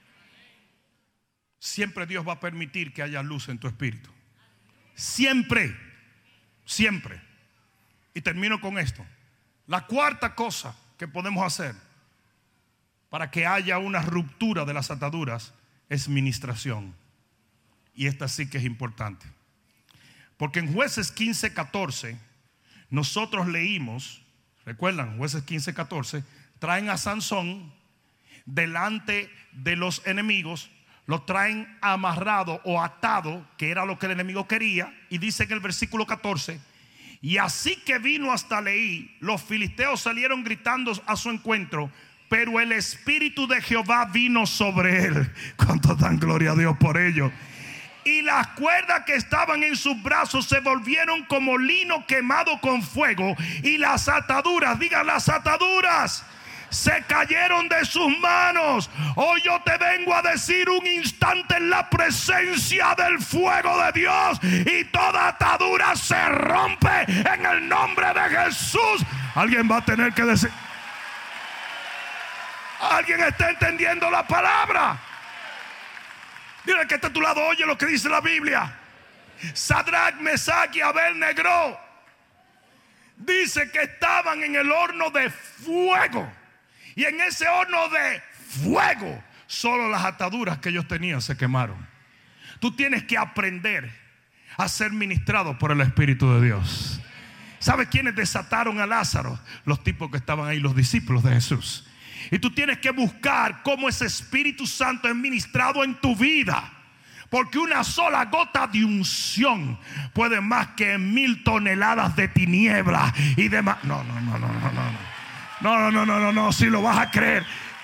Siempre Dios va a permitir que haya luz en tu espíritu. Siempre, siempre. Y termino con esto. La cuarta cosa que podemos hacer para que haya una ruptura de las ataduras es ministración. Y esta sí que es importante. Porque en Jueces quince catorce nosotros leímos, recuerdan, Jueces quince catorce, traen a Sansón delante de los enemigos. Lo traen amarrado o atado, que era lo que el enemigo quería. Y dice en el versículo catorce: y así que vino hasta Leí, los filisteos salieron gritando a su encuentro, pero el espíritu de Jehová vino sobre él. ¿Cuánto dan gloria a Dios por ello? Y las cuerdas que estaban en sus brazos se volvieron como lino quemado con fuego, y las ataduras, digan las ataduras, se cayeron de sus manos. Hoy yo te vengo a decir un instante en la presencia del fuego de Dios, y toda atadura se rompe en el nombre de Jesús. Alguien va a tener que decir: ¿Alguien está entendiendo la palabra? Dile que está a tu lado, oye lo que dice la Biblia. Sadrach, Mesach y Abednego dice que estaban en el horno de fuego. Y en ese horno de fuego solo las ataduras que ellos tenían se quemaron. Tú tienes que aprender a ser ministrado por el Espíritu de Dios. ¿Sabes quiénes desataron a Lázaro? Los tipos que estaban ahí, los discípulos de Jesús. Y tú tienes que buscar cómo ese Espíritu Santo es ministrado en tu vida. Porque una sola gota de unción puede más que mil toneladas de tinieblas y demás. No, no, no, no, no, no. No, no, no, no, no, no, si lo vas a creer.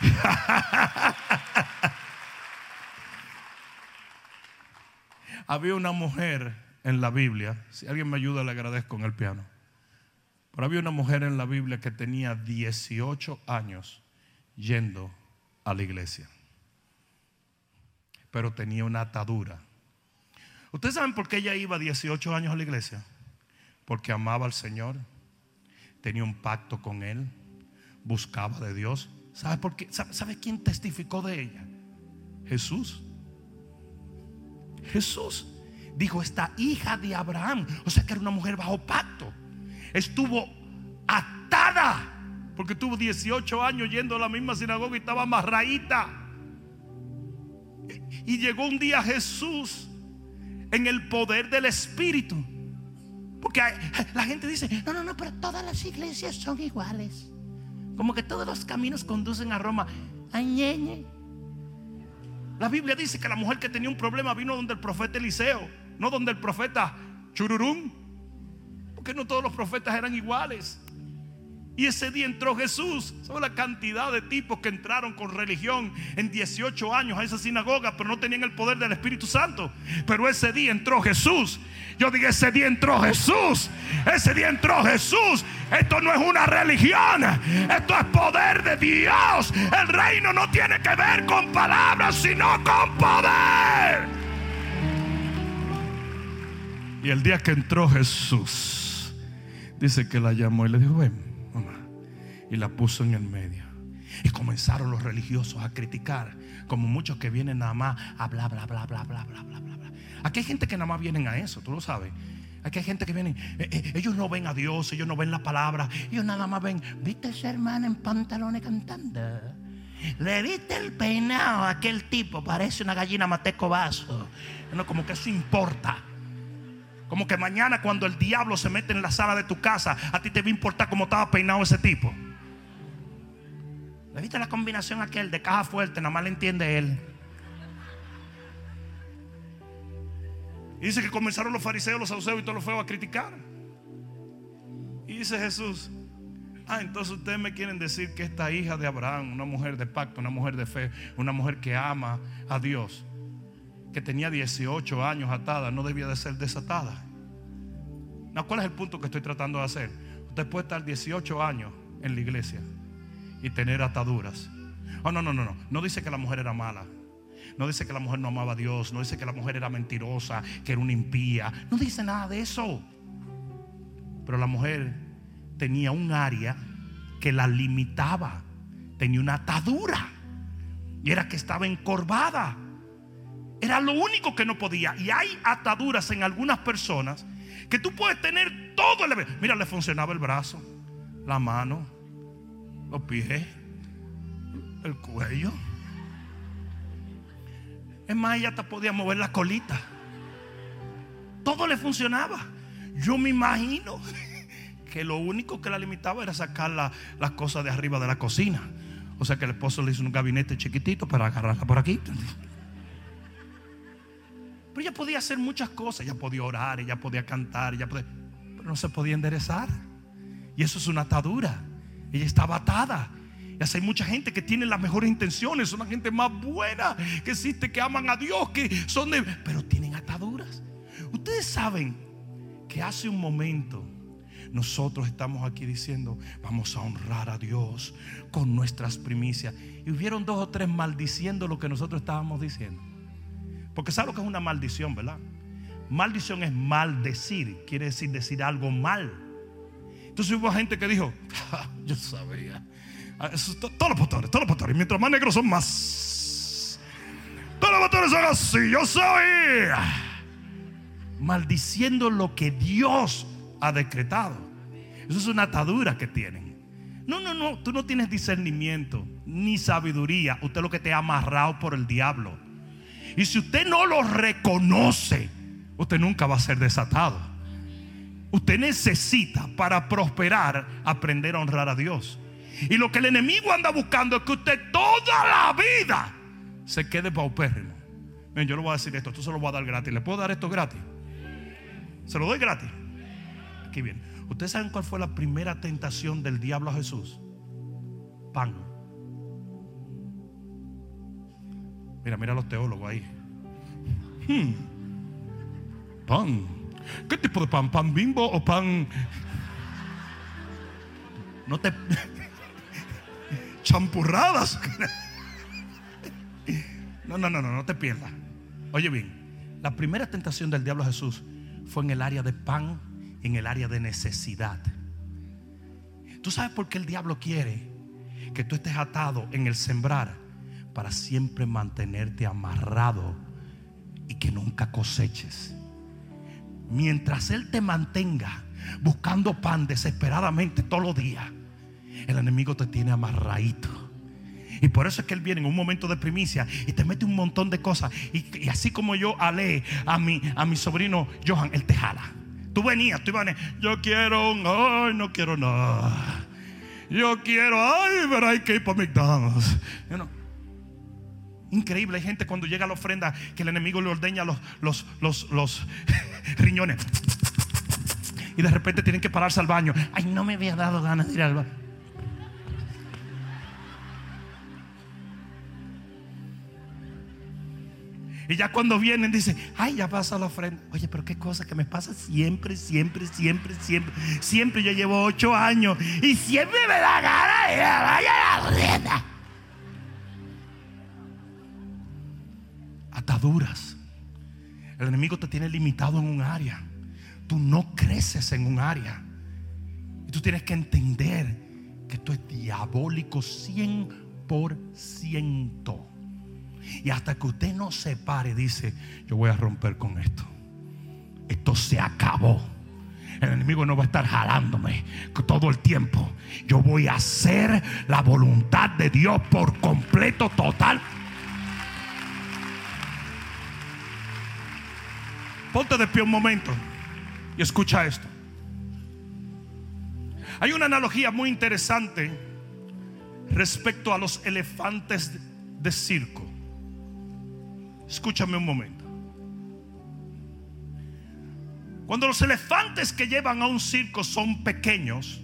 Había una mujer en la Biblia. Si alguien me ayuda, le agradezco en el piano. Pero había una mujer en la Biblia que tenía dieciocho años yendo a la iglesia, pero tenía una atadura. ¿Ustedes saben por qué ella iba dieciocho años a la iglesia? Porque amaba al Señor, tenía un pacto con Él, buscaba de Dios. ¿Sabe por qué? ¿Sabe, ¿Sabe quién testificó de ella? Jesús. Jesús dijo, esta hija de Abraham, o sea que era una mujer bajo pacto, estuvo atada porque tuvo dieciocho años yendo a la misma sinagoga y estaba amarradita. Y llegó un día Jesús en el poder del Espíritu. Porque la gente dice, no, no, no, pero todas las iglesias son iguales. Como que todos los caminos conducen a Roma. Ay, ñe, ñe. La Biblia dice que la mujer que tenía un problema vino donde el profeta Eliseo, no donde el profeta Chururum. Porque no todos los profetas eran iguales. Y ese día entró Jesús. ¿Sabe la cantidad de tipos que entraron con religión en dieciocho años a esa sinagoga, pero no tenían el poder del Espíritu Santo? Pero ese día entró Jesús. Yo digo, ese día entró Jesús. Ese día entró Jesús. Esto no es una religión, esto es poder de Dios. El reino no tiene que ver con palabras, sino con poder. Y el día que entró Jesús, dice que la llamó y le dijo, ven, mamá. Y la puso en el medio. Y comenzaron los religiosos a criticar, como muchos que vienen nada más a bla bla bla bla bla bla bla bla. Aquí hay gente que nada más vienen a eso, tú lo sabes. Aquí hay gente que viene, eh, eh, ellos no ven a Dios, ellos no ven la palabra, ellos nada más ven, ¿viste esa hermana en pantalones cantando? ¿Le viste el peinado a aquel tipo? Parece una gallina mateco vaso. No, como que eso importa. Como que mañana cuando el diablo se mete en la sala de tu casa, a ti te va a importar cómo estaba peinado ese tipo. ¿Le viste la combinación aquel de caja fuerte? Nada más le entiende él. Y dice que comenzaron los fariseos, los saduceos y todos los feos a criticar. Y dice Jesús, ah, entonces ustedes me quieren decir que esta hija de Abraham, una mujer de pacto, una mujer de fe, una mujer que ama a Dios, que tenía dieciocho años atada, no debía de ser desatada. No, ¿cuál es el punto que estoy tratando de hacer? Usted puede estar dieciocho años en la iglesia y tener ataduras. Oh, no, no, no, no. No dice que la mujer era mala. No dice que la mujer no amaba a Dios. No dice que la mujer era mentirosa, que era una impía. No dice nada de eso. Pero la mujer tenía un área que la limitaba. Tenía una atadura. Y era que estaba encorvada. Era lo único que no podía. Y hay ataduras en algunas personas que tú puedes tener todo el... Mira, le funcionaba el brazo, la mano, los pies, el cuello. Es más, ella hasta podía mover la colita. Todo le funcionaba. Yo me imagino que lo único que la limitaba era sacar la, las cosas de arriba de la cocina. O sea que el esposo le hizo un gabinete chiquitito para agarrarla por aquí. Pero ella podía hacer muchas cosas. Ella podía orar, ella podía cantar, ella podía, pero no se podía enderezar. Y eso es una atadura. Ella estaba atada. Y así hay mucha gente que tiene las mejores intenciones, son la gente más buena que existe, que aman a Dios, que son de, pero tienen ataduras. Ustedes saben que hace un momento nosotros estamos aquí diciendo, vamos a honrar a Dios con nuestras primicias, y hubieron dos o tres maldiciendo lo que nosotros estábamos diciendo. Porque ¿sabe lo que es una maldición, verdad? Maldición es maldecir, quiere decir decir algo mal. Entonces hubo gente que dijo, ah, yo sabía, Todos los pastores, todos los pastores. Mientras más negros son más. Todos los pastores son así. Yo soy maldiciendo lo que Dios ha decretado. Eso es una atadura que tienen. No, no, no. Tú no tienes discernimiento ni sabiduría. Usted lo que te ha amarrado por el diablo. Y si usted no lo reconoce, usted nunca va a ser desatado. Usted necesita, para prosperar, aprender a honrar a Dios. Y lo que el enemigo anda buscando es que usted toda la vida se quede paupérrimo. Miren, yo le voy a decir esto, esto se lo voy a dar gratis. ¿Le puedo dar esto gratis? ¿Se lo doy gratis? Aquí bien. ¿Ustedes saben cuál fue la primera tentación del diablo a Jesús? Pan. Mira, mira a los teólogos ahí. Hmm. Pan. ¿Qué tipo de pan? ¿Pan Bimbo o pan? No te... champurradas. No, no, no, no, no te pierdas. Oye bien, la primera tentación del diablo a Jesús fue en el área de pan, en el área de necesidad. ¿Tú sabes por qué el diablo quiere que tú estés atado en el sembrar? Para siempre mantenerte amarrado y que nunca coseches. Mientras él te mantenga buscando pan desesperadamente todos los días, el enemigo te tiene amarradito. Y por eso es que él viene en un momento de primicia y te mete un montón de cosas. Y, y así como yo alé a mi, a mi sobrino Johan, él te jala. Tú venías, tú ibas, yo quiero, ay, no quiero nada. Yo quiero, ay, pero hay que ir para McDonald's. You know. Increíble, hay gente cuando llega a la ofrenda que el enemigo le ordeña los, los, los, los riñones. Y de repente tienen que pararse al baño. Ay, no me había dado ganas de ir al baño. Y ya cuando vienen dicen, ay, ya pasa la ofrenda. Oye, pero qué cosa que me pasa siempre, siempre, siempre, siempre. Siempre yo llevo ocho años y siempre me da ganas de ir al baño a la ofrenda. Ataduras. El enemigo te tiene limitado en un área. Tú no creces en un área. Y tú tienes que entender que esto es diabólico cien por ciento. Y hasta que usted no se pare, dice, yo voy a romper con esto. Esto se acabó. El enemigo no va a estar jalándome todo el tiempo. Yo voy a hacer la voluntad de Dios por completo, total. Ponte de pie un momento y escucha esto. Hay una analogía muy interesante respecto a los elefantes de circo. Escúchame un momento. Cuando los elefantes que llevan a un circo son pequeños,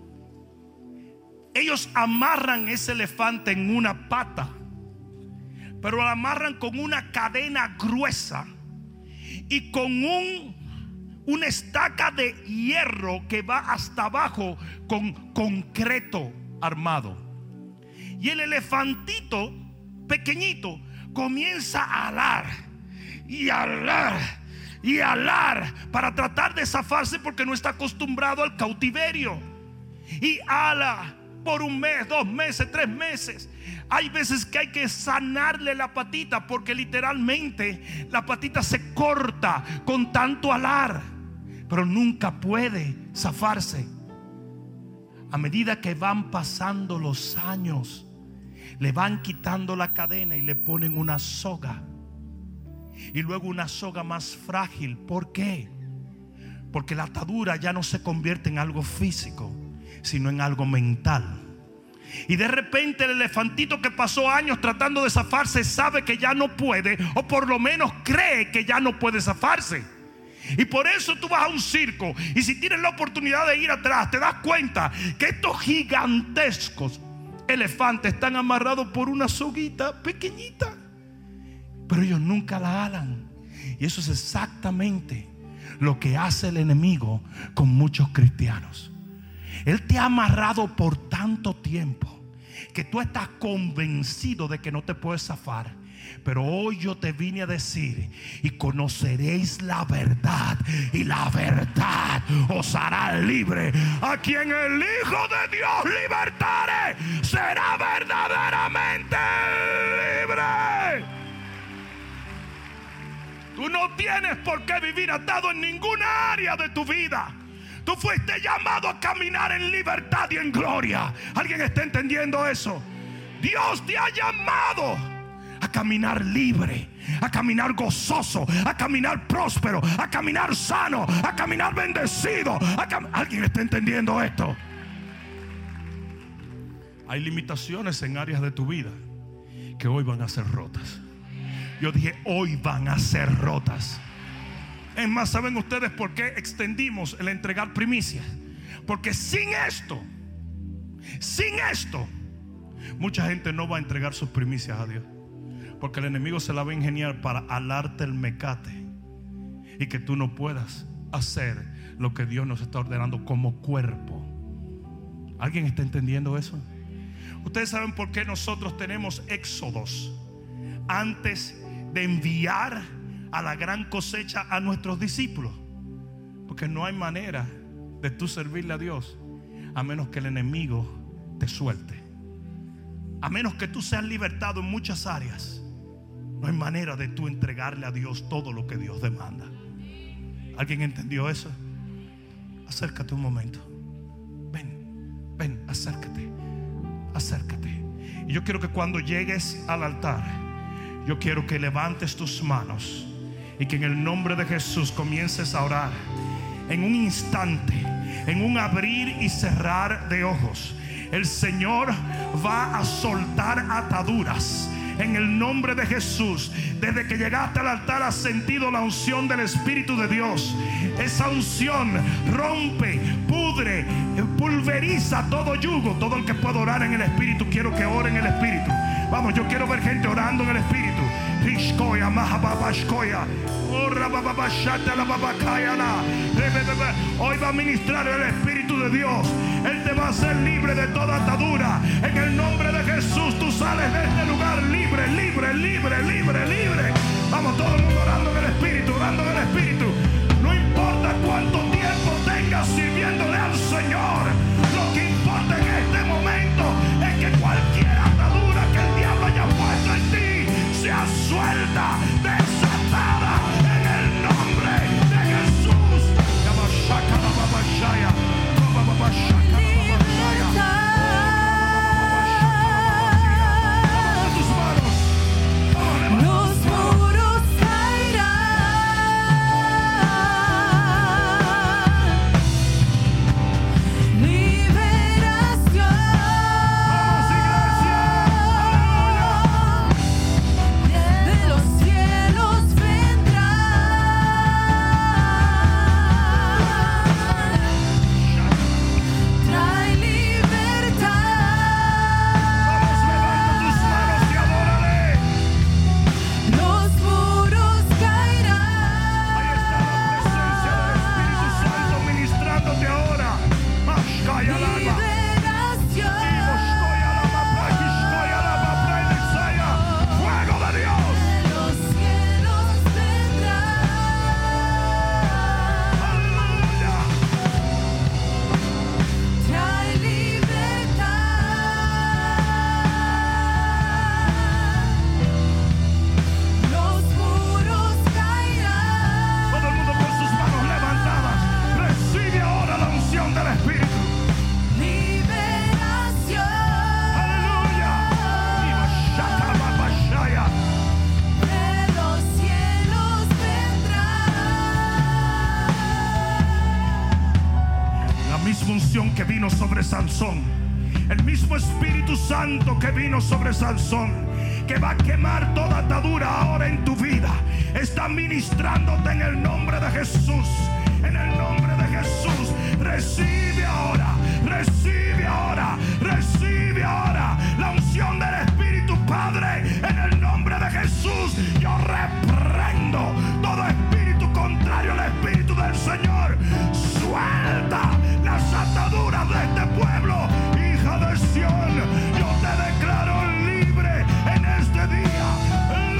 ellos amarran ese elefante en una pata, pero lo amarran con una cadena gruesa y con un, una estaca de hierro que va hasta abajo con concreto armado. Y el elefantito pequeñito comienza a alar y alar y alar para tratar de zafarse, porque no está acostumbrado al cautiverio. Y ala por un mes, dos meses, tres meses. Hay veces que hay que sanarle la patita, porque literalmente la patita se corta con tanto alar, pero nunca puede zafarse. A medida que van pasando los años, le van quitando la cadena y le ponen una soga, y luego una soga más frágil. ¿Por qué? Porque la atadura ya no se convierte en algo físico, sino en algo mental. Y de repente el elefantito que pasó años tratando de zafarse sabe que ya no puede, o por lo menos cree que ya no puede zafarse. Y por eso tú vas a un circo, y si tienes la oportunidad de ir atrás, te das cuenta que estos gigantescos elefantes están amarrados por una soguita pequeñita, pero ellos nunca la alan. Y eso es exactamente lo que hace el enemigo con muchos cristianos. Él te ha amarrado por tanto tiempo que tú estás convencido de que no te puedes zafar, Pero hoy yo te vine a decir: y conoceréis la verdad, y la verdad os hará libre. A quien el Hijo de Dios libertare, será verdaderamente libre. Tú no tienes por qué vivir atado en ninguna área de tu vida. Tú fuiste llamado a caminar en libertad y en gloria. ¿Alguien está entendiendo eso? Dios te ha llamado a caminar libre, a caminar gozoso, a caminar próspero, a caminar sano, a caminar bendecido. A cam- ¿Alguien está entendiendo esto? Hay limitaciones en áreas de tu vida que hoy van a ser rotas. Yo dije, hoy van a ser rotas. Es más, ¿saben ustedes por qué extendimos el entregar primicias? Porque sin esto, sin esto, mucha gente no va a entregar sus primicias a Dios. Porque el enemigo se la va a ingeniar para alarte el mecate y que tú no puedas hacer lo que Dios nos está ordenando como cuerpo. ¿Alguien está entendiendo eso? Ustedes saben por qué nosotros tenemos éxodos antes de enviar a la gran cosecha a nuestros discípulos. Porque no hay manera de tú servirle a Dios a menos que el enemigo te suelte. A menos que tú seas libertado en muchas áreas, no hay manera de tú entregarle a Dios todo lo que Dios demanda. ¿Alguien entendió eso? Acércate un momento. Ven, ven, acércate. Acércate. Y yo quiero que cuando llegues al altar, yo quiero que levantes tus manos y que en el nombre de Jesús comiences a orar. En un instante, en un abrir y cerrar de ojos, el Señor va a soltar ataduras. En el nombre de Jesús. Desde que llegaste al altar has sentido la unción del Espíritu de Dios. Esa unción rompe, pudre, pulveriza todo yugo. Todo el que pueda orar en el Espíritu, quiero que ore en el Espíritu. Vamos, yo quiero ver gente orando en el Espíritu. Hoy va a ministrar el Espíritu de Dios. Él te va a hacer libre de toda atadura. En el nombre de Jesús tú sales de este lugar libre, libre, libre, libre, libre. Vamos, todo el mundo orando en el Espíritu, orando en el Espíritu. No importa cuánto tiempo tengas sirviéndole al Señor, lo que importa en este momento es que cualquier atadura que el diablo haya puesto en ti sea suelta, desatada en el nombre de Jesús. Los muros caerán. que vino sobre Sansón, el mismo Espíritu Santo que vino sobre Sansón, que va a quemar toda atadura ahora en tu vida, está ministrándote en el nombre de Jesús. En el nombre de Jesús, recibe ahora, recibe ahora, recibe ahora la unción del Espíritu, Padre. En el nombre de Jesús, yo reprendo todo espíritu contrario al Espíritu del Señor. Suelta las ataduras de este pueblo, hija de Sión. Yo te declaro libre en este día.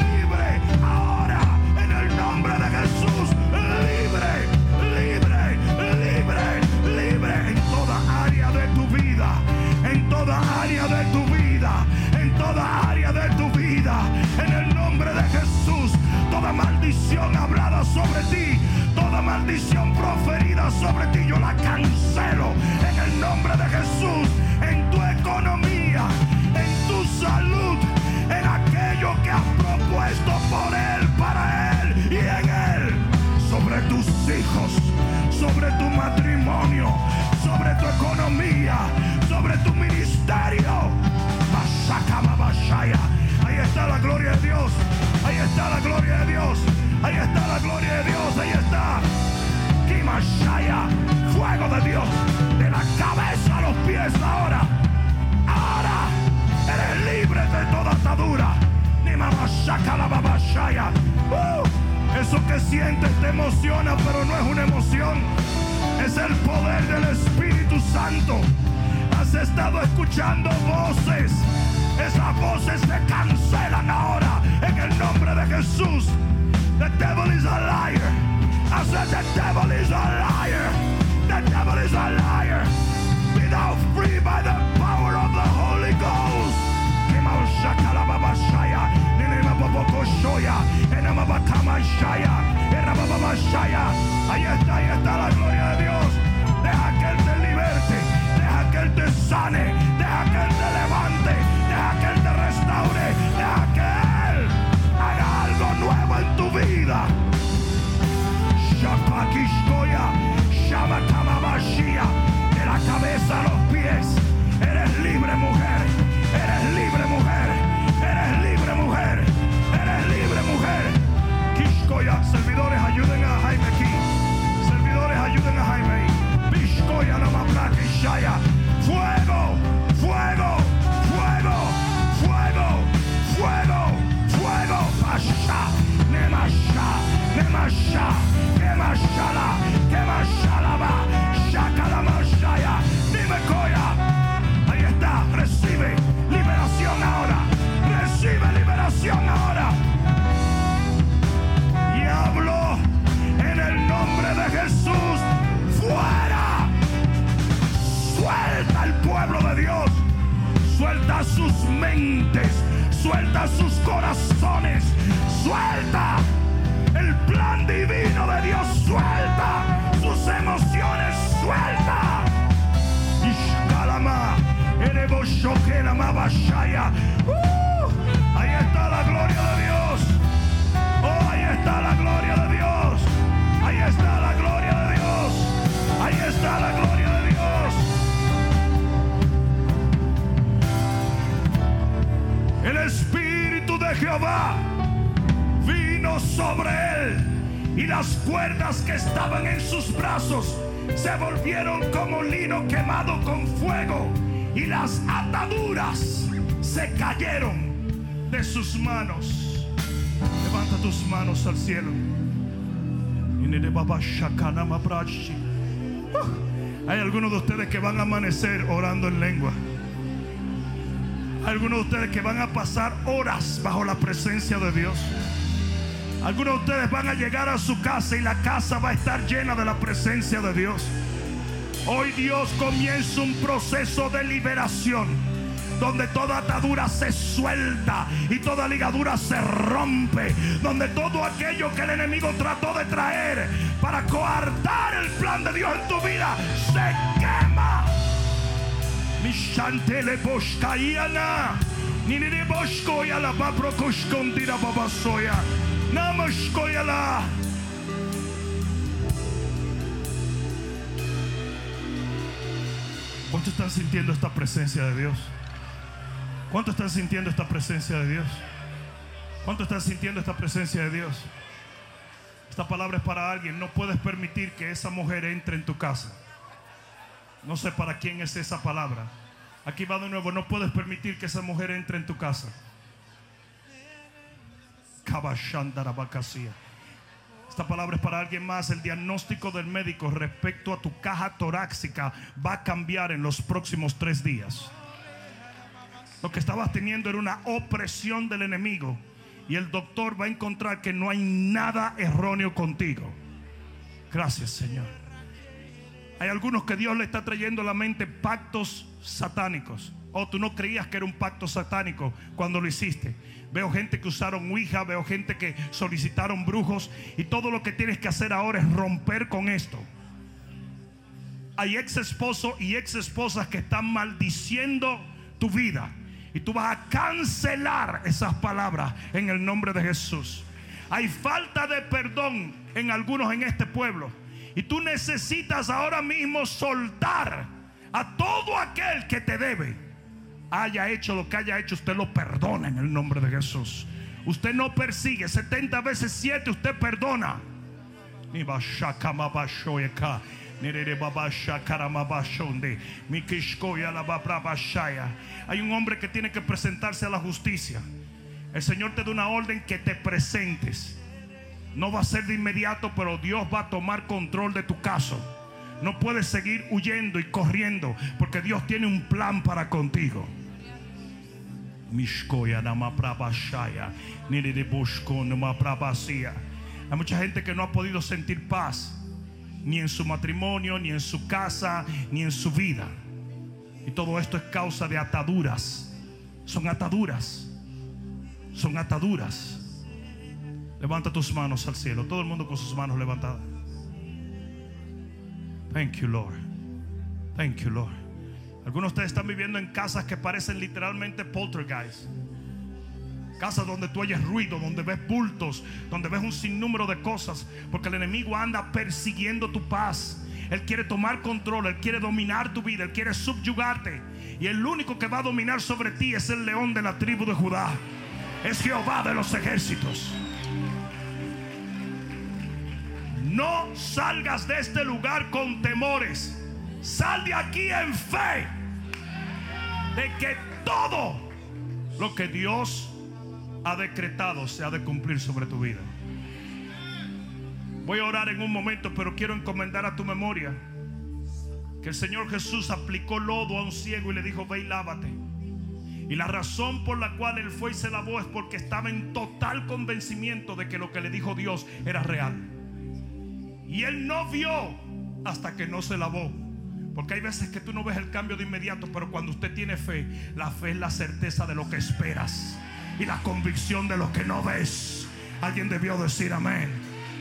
economía, sobre tu ministerio. Ahí está la gloria de Dios. Ahí está la gloria de Dios. Ahí está la gloria de Dios. Ahí está. Kimashaya. Fuego de Dios. De la cabeza a los pies ahora. Ahora eres libre de toda atadura. Uh, eso que sientes te emociona, pero no es una emoción. Es el poder del Espíritu Santo. Has estado escuchando voces. Esas voces se cancelan ahora en el nombre de Jesús. The devil is a liar. I said the devil is a liar. The devil is a liar. Be thou free by the power of the Holy Ghost. Ahí está, ahí está la gloria de Dios. Deja que Él te liberte. Deja que Él te sane. Deja que Él te levante. Deja que Él te restaure. Deja que Él haga algo nuevo en tu vida. De la cabeza a los pies. Eres libre, mujer. Eres libre, mujer. Eres libre, mujer. Eres libre, mujer. Kishkoya, servidores, ayuden a Jaime aquí. Servidores, ayuden a Jaime. Bishkoya, no más Shaya. Fuego, fuego, fuego, fuego, fuego, fuego. Pasha, nemasha, nemasha, nemashala, nemashalaba, shakalamashaya. Dime Koya. Ahí está, recibe liberación ahora. Recibe liberación ahora. Y hablo en el nombre de Jesús. ¡Fuera! Suelta al pueblo de Dios. Suelta sus mentes. Suelta sus corazones. Suelta el plan divino de Dios. Suelta sus emociones. Suelta. Ishkalama. Ereboshokena Bashaya. Uh, ahí está la gloria de Dios. Oh, ahí está la gloria de Dios. Ahí está la gloria de Dios. Ahí está la gloria de Dios. El Espíritu de Jehová vino sobre él, y las cuerdas que estaban en sus brazos se volvieron como lino quemado con fuego, y las ataduras se cayeron de sus manos. Levanta tus manos al cielo. Uh, hay algunos de ustedes que van a amanecer orando en lengua. Hay algunos de ustedes que van a pasar horas bajo la presencia de Dios. Algunos de ustedes van a llegar a su casa y la casa va a estar llena de la presencia de Dios. Hoy Dios comienza un proceso de liberación, donde toda atadura se suelta y toda ligadura se rompe, donde todo aquello que el enemigo trató de traer para coartar el plan de Dios en tu vida se quema. Mishantele boshkaiana, ninire boshkoya la baprokoshkondira babasoya, namashkoya la. ¿Cuántos están sintiendo esta presencia de Dios? ¿Cuántos están sintiendo esta presencia de Dios? ¿Cuántos están sintiendo esta presencia de Dios? Esta palabra es para alguien. No puedes permitir que esa mujer entre en tu casa. No sé para quién es esa palabra. Aquí va de nuevo. No puedes permitir que esa mujer entre en tu casa. Esta palabra es para alguien más. El diagnóstico del médico respecto a tu caja torácica va a cambiar en los próximos tres días. Lo que estabas teniendo era una opresión del enemigo, y el doctor va a encontrar que no hay nada erróneo contigo. Gracias, Señor. Hay algunos que Dios le está trayendo a la mente pactos satánicos. Oh, tú no creías que era un pacto satánico cuando lo hiciste. Veo gente que usaron ouija, veo gente que solicitaron brujos, y todo lo que tienes que hacer ahora es romper con esto. Hay ex esposos y ex esposas que están maldiciendo tu vida, y tú vas a cancelar esas palabras en el nombre de Jesús. Hay falta de perdón en algunos en este pueblo, y tú necesitas ahora mismo soltar A todo aquel que te debe, haya hecho lo que haya hecho, usted lo perdona en el nombre de Jesús. Usted no persigue. setenta veces siete usted perdona. Hay un hombre que tiene que presentarse a la justicia. El Señor te da una orden que te presentes. No va a ser de inmediato, pero Dios va a tomar control de tu caso. No puedes seguir huyendo y corriendo, porque Dios tiene un plan para contigo. Hay mucha gente que no ha podido sentir paz, ni en su matrimonio, ni en su casa, ni en su vida. Y todo esto es causa de ataduras. Son ataduras. Son ataduras. Levanta tus manos al cielo. Todo el mundo con sus manos levantadas. Thank you, Lord. Thank you, Lord. Algunos de ustedes están viviendo en casas que parecen literalmente poltergeist. Casas donde tú oyes ruido, donde ves bultos, donde ves un sinnúmero de cosas, porque el enemigo anda persiguiendo tu paz. Él quiere tomar control, él quiere dominar tu vida, él quiere subyugarte. Y el único que va a dominar sobre ti es el león de la tribu de Judá. Es Jehová de los ejércitos. No salgas de este lugar con temores. Sal de aquí en fe de que todo lo que Dios ha decretado se ha de cumplir sobre tu vida. Voy a orar en un momento, pero quiero encomendar a tu memoria que el Señor Jesús aplicó lodo a un ciego y le dijo: ve y lávate. Y la razón por la cual él fue y se lavó es porque estaba en total convencimiento de que lo que le dijo Dios era real. Y él no vio hasta que no se lavó. Porque hay veces que tú no ves el cambio de inmediato, pero cuando usted tiene fe, la fe es la certeza de lo que esperas y la convicción de lo que no ves. Alguien debió decir amén.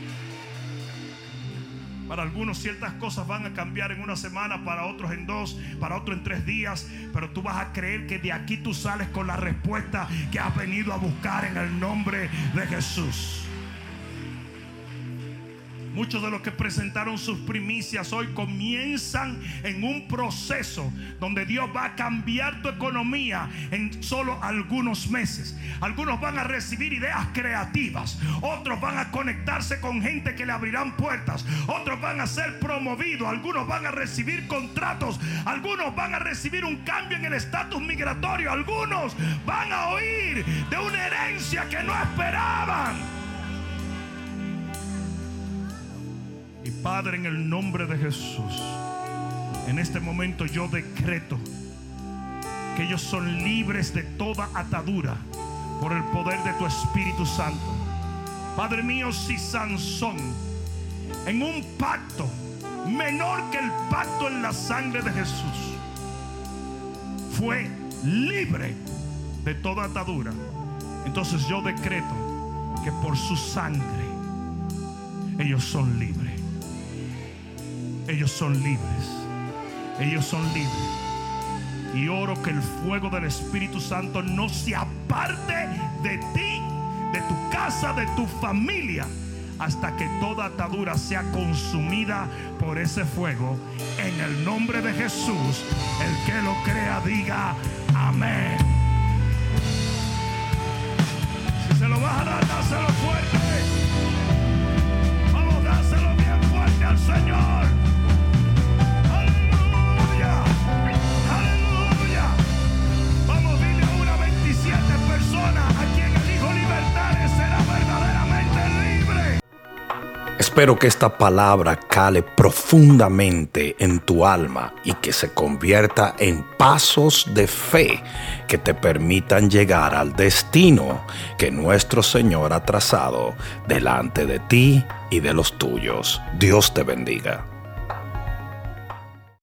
Para algunos ciertas cosas van a cambiar en una semana, para otros en dos, para otros en tres días. Pero tú vas a creer que de aquí tú sales con la respuesta que has venido a buscar en el nombre de Jesús. Muchos de los que presentaron sus primicias hoy comienzan en un proceso donde Dios va a cambiar tu economía en solo algunos meses. Algunos van a recibir ideas creativas, otros van a conectarse con gente que le abrirán puertas, otros van a ser promovidos, algunos van a recibir contratos, algunos van a recibir un cambio en el estatus migratorio, algunos van a oír de una herencia que no esperaban. Y Padre, en el nombre de Jesús, en este momento yo decreto que ellos son libres de toda atadura por el poder de tu Espíritu Santo. Padre mío, si Sansón, en un pacto menor que el pacto en la sangre de Jesús, fue libre de toda atadura, entonces yo decreto que por su sangre ellos son libres. Ellos son libres. Ellos son libres. Y oro que el fuego del Espíritu Santo no se aparte de ti, de tu casa, de tu familia, hasta que toda atadura sea consumida por ese fuego. En el nombre de Jesús, el que lo crea diga amén. Si se lo vas a dar, dáselo fuerte. Vamos, dáselo bien fuerte al Señor. Aleluya, aleluya. Vamos, dile a una veintisiete personas a quien el Hijo libertare será verdaderamente libre. Espero que esta palabra cale profundamente en tu alma y que se convierta en pasos de fe que te permitan llegar al destino que nuestro Señor ha trazado delante de ti y de los tuyos. Dios te bendiga.